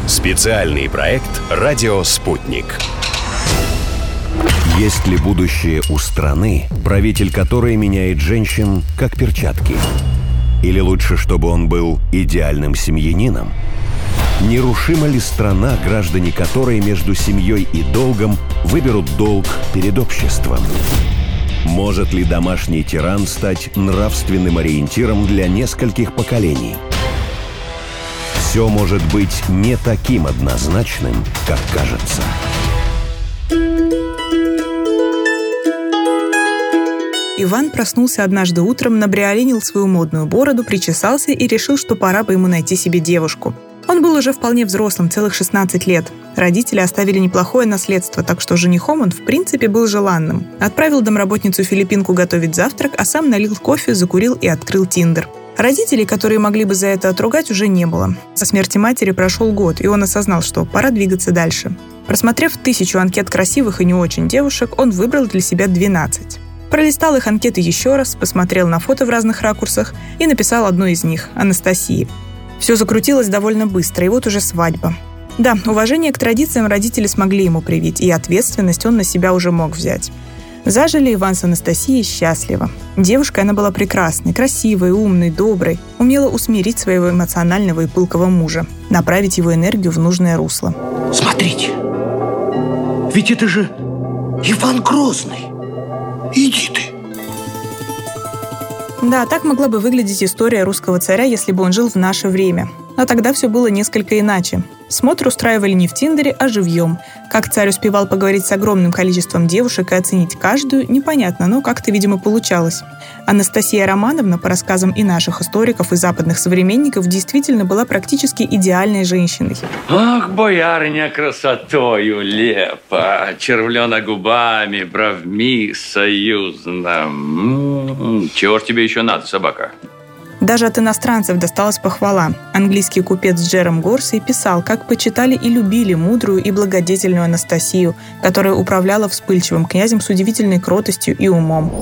Специальный проект «Радио Спутник». Есть ли будущее у страны, правитель которой меняет женщин как перчатки? Или лучше, чтобы он был идеальным семьянином? Нерушима ли страна, граждане которой между семьей и долгом выберут долг перед обществом? Может ли домашний тиран стать нравственным ориентиром для нескольких поколений? Все может быть не таким однозначным, как кажется. Иван проснулся однажды утром, набриолинил свою модную бороду, причесался и решил, что пора бы ему найти себе девушку. Он был уже вполне взрослым, целых 16 лет. Родители оставили неплохое наследство, так что женихом он в принципе был желанным. Отправил домработницу-филиппинку готовить завтрак, а сам налил кофе, закурил и открыл Тиндер. Родителей, которые могли бы за это отругать, уже не было. Со смерти матери прошел год, и он осознал, что пора двигаться дальше. Просмотрев 1000 анкет красивых и не очень девушек, он выбрал для себя 12. Пролистал их анкеты еще раз, посмотрел на фото в разных ракурсах и написал одну из них – Анастасии. Все закрутилось довольно быстро, и вот уже свадьба. Да, уважение к традициям родители смогли ему привить, и ответственность он на себя уже мог взять. Зажили Иван с Анастасией счастливо. Девушкой она была прекрасной, красивой, умной, доброй, умела усмирить своего эмоционального и пылкого мужа, направить его энергию в нужное русло. Смотрите, ведь это же Иван Грозный. Иди ты. Да, так могла бы выглядеть история русского царя, если бы он жил в наше время. Но тогда все было несколько иначе. Смотр устраивали не в Тиндере, а живьем. Как царь успевал поговорить с огромным количеством девушек и оценить каждую, непонятно, но как-то, видимо, получалось. Анастасия Романовна, по рассказам и наших историков, и западных современников, действительно была практически идеальной женщиной. Ах, боярыня красотою лепа, червлена губами, бровьми союзно. Чего ж тебе еще надо, собака? Даже от иностранцев досталась похвала. Английский купец Джером Горсей писал, как почитали и любили мудрую и благодетельную Анастасию, которая управляла вспыльчивым князем с удивительной кротостью и умом.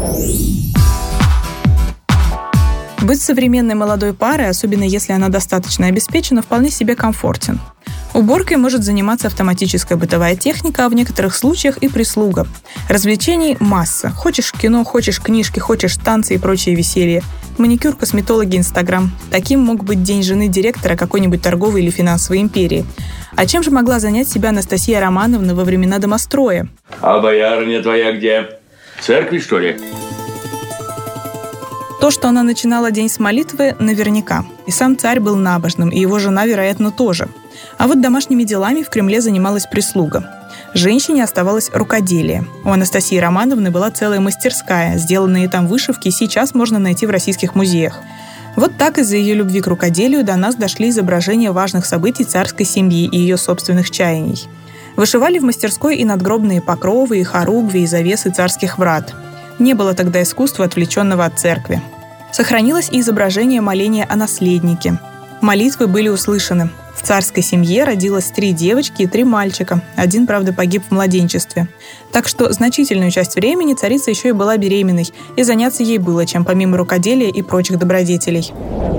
Быть современной молодой парой, особенно если она достаточно обеспечена, вполне себе комфортен. Уборкой может заниматься автоматическая бытовая техника, а в некоторых случаях и прислуга. Развлечений масса. Хочешь кино, хочешь книжки, хочешь танцы и прочие веселья. Маникюр, косметологи, Инстаграм. Таким мог быть день жены директора какой-нибудь торговой или финансовой империи. А чем же могла занять себя Анастасия Романовна во времена домостроя? А боярыня твоя где? В церкви, что ли? То, что она начинала день с молитвы, наверняка. И сам царь был набожным, и его жена, вероятно, тоже. А вот домашними делами в Кремле занималась прислуга. Женщине оставалось рукоделие. У Анастасии Романовны была целая мастерская, сделанные там вышивки сейчас можно найти в российских музеях. Вот так из-за ее любви к рукоделию до нас дошли изображения важных событий царской семьи и ее собственных чаяний. Вышивали в мастерской и надгробные покровы, и хоругви, и завесы царских врат. Не было тогда искусства, отвлеченного от церкви. Сохранилось и изображение моления о наследнике. Молитвы были услышаны. В царской семье родилось 3 девочки и 3 мальчика. Один, правда, погиб в младенчестве. Так что значительную часть времени царица еще и была беременной, и заняться ей было чем, помимо рукоделия и прочих добродетелей.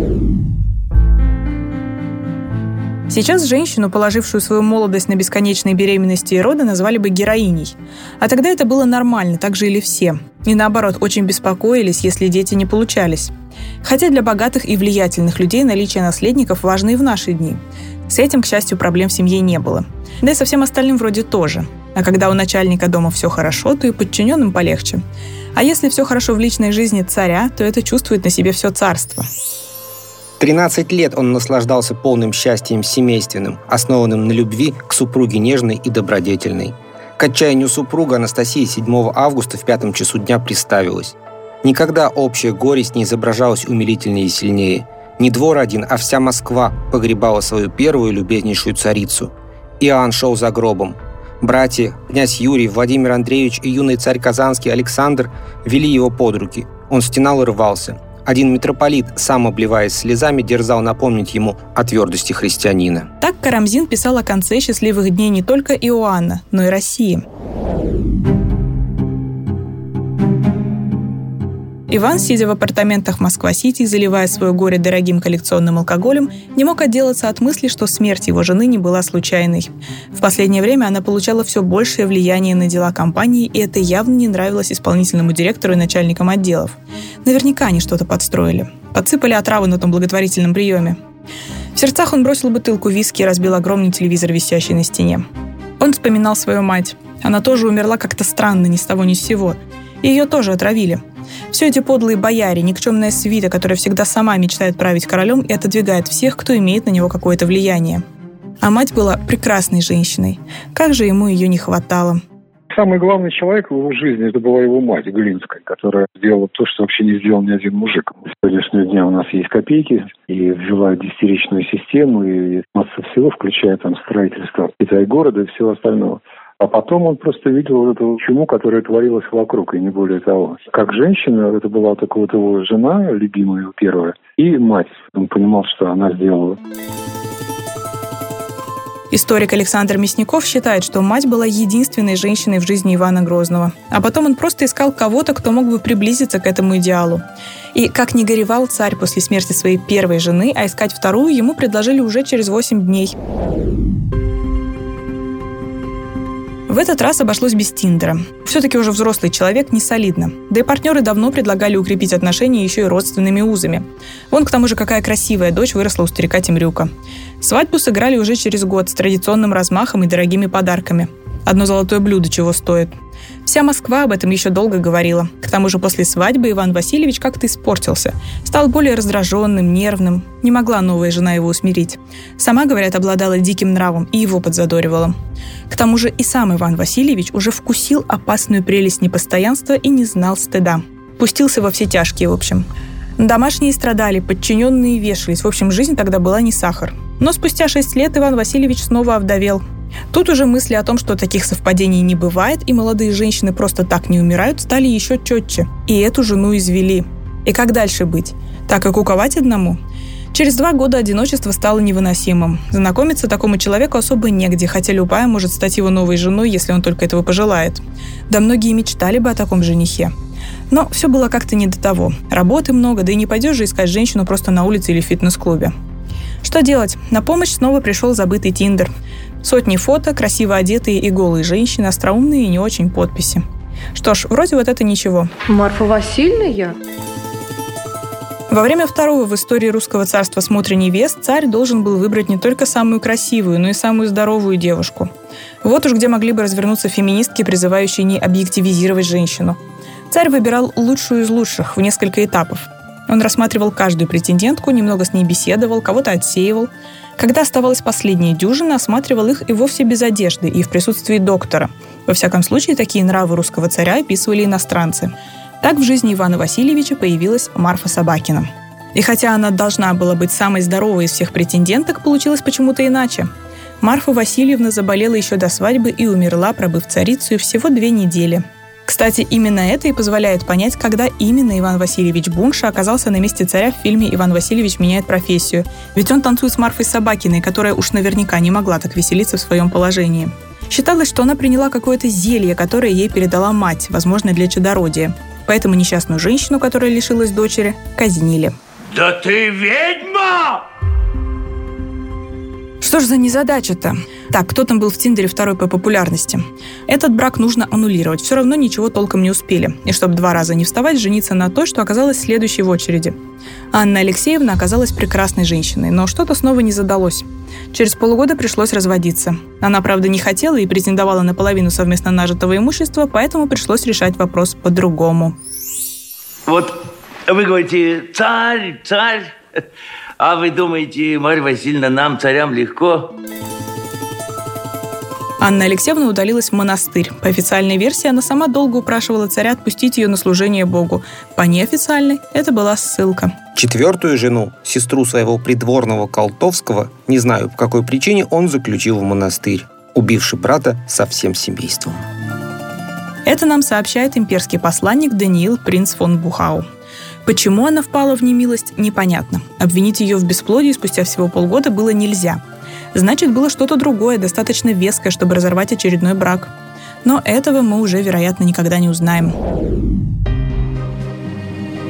Сейчас женщину, положившую свою молодость на бесконечные беременности и роды, назвали бы героиней. А тогда это было нормально, так жили все. И наоборот, очень беспокоились, если дети не получались. Хотя для богатых и влиятельных людей наличие наследников важно и в наши дни. С этим, к счастью, проблем в семье не было. Да и со всем остальным вроде тоже. А когда у начальника дома все хорошо, то и подчиненным полегче. А если все хорошо в личной жизни царя, то это чувствует на себе все царство. 13 лет он наслаждался полным счастьем семейственным, основанным на любви к супруге нежной и добродетельной. К отчаянию супруга Анастасия 7 августа в 5 часу дня приставилась. Никогда общая горесть не изображалась умилительнее и сильнее. Не двор один, а вся Москва погребала свою первую любезнейшую царицу. Иоанн шел за гробом. Братья, князь Юрий, Владимир Андреевич и юный царь Казанский Александр вели его под руки. Он стенал и рвался. Один митрополит, сам обливаясь слезами, дерзал напомнить ему о твердости христианина. Так Карамзин писал о конце счастливых дней не только Иоанна, но и России. Иван, сидя в апартаментах Москва-Сити, заливая свое горе дорогим коллекционным алкоголем, не мог отделаться от мысли, что смерть его жены не была случайной. В последнее время она получала все большее влияние на дела компании, и это явно не нравилось исполнительному директору и начальникам отделов. Наверняка они что-то подстроили. Подсыпали отраву на том благотворительном приеме. В сердцах он бросил бутылку виски и разбил огромный телевизор, висящий на стене. Он вспоминал свою мать. Она тоже умерла как-то странно, ни с того ни с сего. И ее тоже отравили. Все эти подлые бояре, никчемная свита, которая всегда сама мечтает править королем и отодвигает всех, кто имеет на него какое-то влияние. А мать была прекрасной женщиной. Как же ему ее не хватало. Самый главный человек в его жизни, это была его мать, Глинская, которая сделала то, что вообще не сделал ни один мужик. С сегодняшнего дня у нас есть копейки, и ввела десятиричную систему, и масса всего, включая там строительство Китай-города и всего остального. А потом он просто видел вот эту чуму, которая творилась вокруг, и не более того. Как женщина, это была такая вот его жена, любимая его первая, и мать. Он понимал, что она сделала. Историк Александр Мясников считает, что мать была единственной женщиной в жизни Ивана Грозного. А потом он просто искал кого-то, кто мог бы приблизиться к этому идеалу. И как ни горевал царь после смерти своей первой жены, а искать вторую ему предложили уже через 8 дней. В этот раз обошлось без Тиндера. Все-таки уже взрослый человек не солидно. Да и партнеры давно предлагали укрепить отношения еще и родственными узами. Вон, к тому же, какая красивая дочь выросла у старика Темрюка. Свадьбу сыграли уже через год с традиционным размахом и дорогими подарками. Одно золотое блюдо чего стоит. Вся Москва об этом еще долго говорила. К тому же после свадьбы Иван Васильевич как-то испортился. Стал более раздраженным, нервным. Не могла новая жена его усмирить. Сама, говорят, обладала диким нравом и его подзадоривала. К тому же и сам Иван Васильевич уже вкусил опасную прелесть непостоянства и не знал стыда. Пустился во все тяжкие, в общем. Домашние страдали, подчиненные вешались. В общем, жизнь тогда была не сахар. Но спустя 6 лет Иван Васильевич снова овдовел. Тут уже мысли о том, что таких совпадений не бывает, и молодые женщины просто так не умирают, стали еще четче. И эту жену извели. И как дальше быть? Так и куковать одному? Через 2 года одиночество стало невыносимым. Знакомиться такому человеку особо негде, хотя любая может стать его новой женой, если он только этого пожелает. Да многие мечтали бы о таком женихе. Но все было как-то не до того. Работы много, да и не пойдешь же искать женщину просто на улице или в фитнес-клубе. Что делать? На помощь снова пришел забытый Тиндер. Сотни фото, красиво одетые и голые женщины, остроумные и не очень подписи. Что ж, вроде вот это ничего. Марфа Васильевна я? Во время второго в истории русского царства смотра невест царь должен был выбрать не только самую красивую, но и самую здоровую девушку. Вот уж где могли бы развернуться феминистки, призывающие не объективизировать женщину. Царь выбирал лучшую из лучших в несколько этапов. Он рассматривал каждую претендентку, немного с ней беседовал, кого-то отсеивал. Когда оставалась последняя дюжина, осматривал их и вовсе без одежды, и в присутствии доктора. Во всяком случае, такие нравы русского царя описывали иностранцы. Так в жизни Ивана Васильевича появилась Марфа Собакина. И хотя она должна была быть самой здоровой из всех претенденток, получилось почему-то иначе. Марфа Васильевна заболела еще до свадьбы и умерла, пробыв царицей всего 2 недели. Кстати, именно это и позволяет понять, когда именно Иван Васильевич Бунша оказался на месте царя в фильме «Иван Васильевич меняет профессию». Ведь он танцует с Марфой Собакиной, которая уж наверняка не могла так веселиться в своем положении. Считалось, что она приняла какое-то зелье, которое ей передала мать, возможно, для чадородия. Поэтому несчастную женщину, которая лишилась дочери, казнили. Да ты ведьма! Что ж за незадача-то? Так, кто там был в Тиндере второй по популярности? Этот брак нужно аннулировать, все равно ничего толком не успели. И чтобы 2 раза не вставать, жениться на той, что оказалась следующей в очереди. Анна Алексеевна оказалась прекрасной женщиной, но что-то снова не задалось. Через полгода пришлось разводиться. Она, правда, не хотела и претендовала на половину совместно нажитого имущества, поэтому пришлось решать вопрос по-другому. Вот вы говорите «царь, царь», а вы думаете, Марья Васильевна, нам, царям, легко? Анна Алексеевна удалилась в монастырь. По официальной версии, она сама долго упрашивала царя отпустить ее на служение Богу. По неофициальной это была ссылка. 4-ю жену, сестру своего придворного Колтовского, не знаю по какой причине, он заключил в монастырь, убивший брата со всем семейством. Это нам сообщает имперский посланник Даниил Принц фон Бухау. Почему она впала в немилость, непонятно. Обвинить ее в бесплодии спустя всего полгода было нельзя. Значит, было что-то другое, достаточно веское, чтобы разорвать очередной брак. Но этого мы уже, вероятно, никогда не узнаем.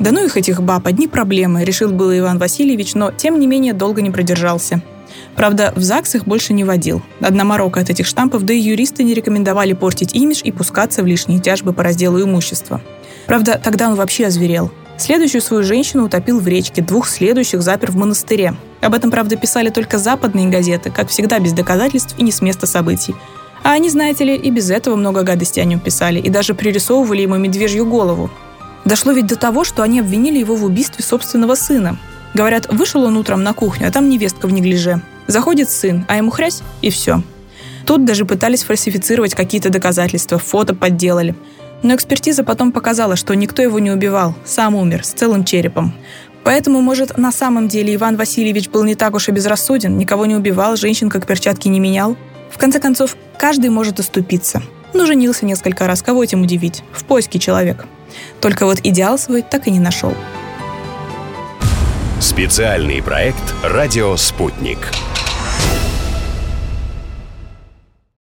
Да ну их этих баб, одни проблемы, решил было Иван Васильевич, но тем не менее долго не продержался. Правда, в ЗАГС их больше не водил. Одна морока от этих штампов, да и юристы не рекомендовали портить имидж и пускаться в лишние тяжбы по разделу имущества. Правда, тогда он вообще озверел. Следующую свою женщину утопил в речке, 2 следующих запер в монастыре. Об этом, правда, писали только западные газеты, как всегда, без доказательств и не с места событий. А они, знаете ли, и без этого много гадостей о нем писали, и даже пририсовывали ему медвежью голову. Дошло ведь до того, что они обвинили его в убийстве собственного сына. Говорят, вышел он утром на кухню, а там невестка в неглиже. Заходит сын, а ему хрясь, и все. Тут даже пытались фальсифицировать какие-то доказательства, фото подделали. Но экспертиза потом показала, что никто его не убивал, сам умер, с целым черепом. Поэтому, может, на самом деле Иван Васильевич был не так уж и безрассуден, никого не убивал, женщин как перчатки не менял. В конце концов, каждый может оступиться. Ну, женился несколько раз, кого этим удивить? В поиске человек. Только вот идеал свой так и не нашел. Специальный проект «Радио Спутник».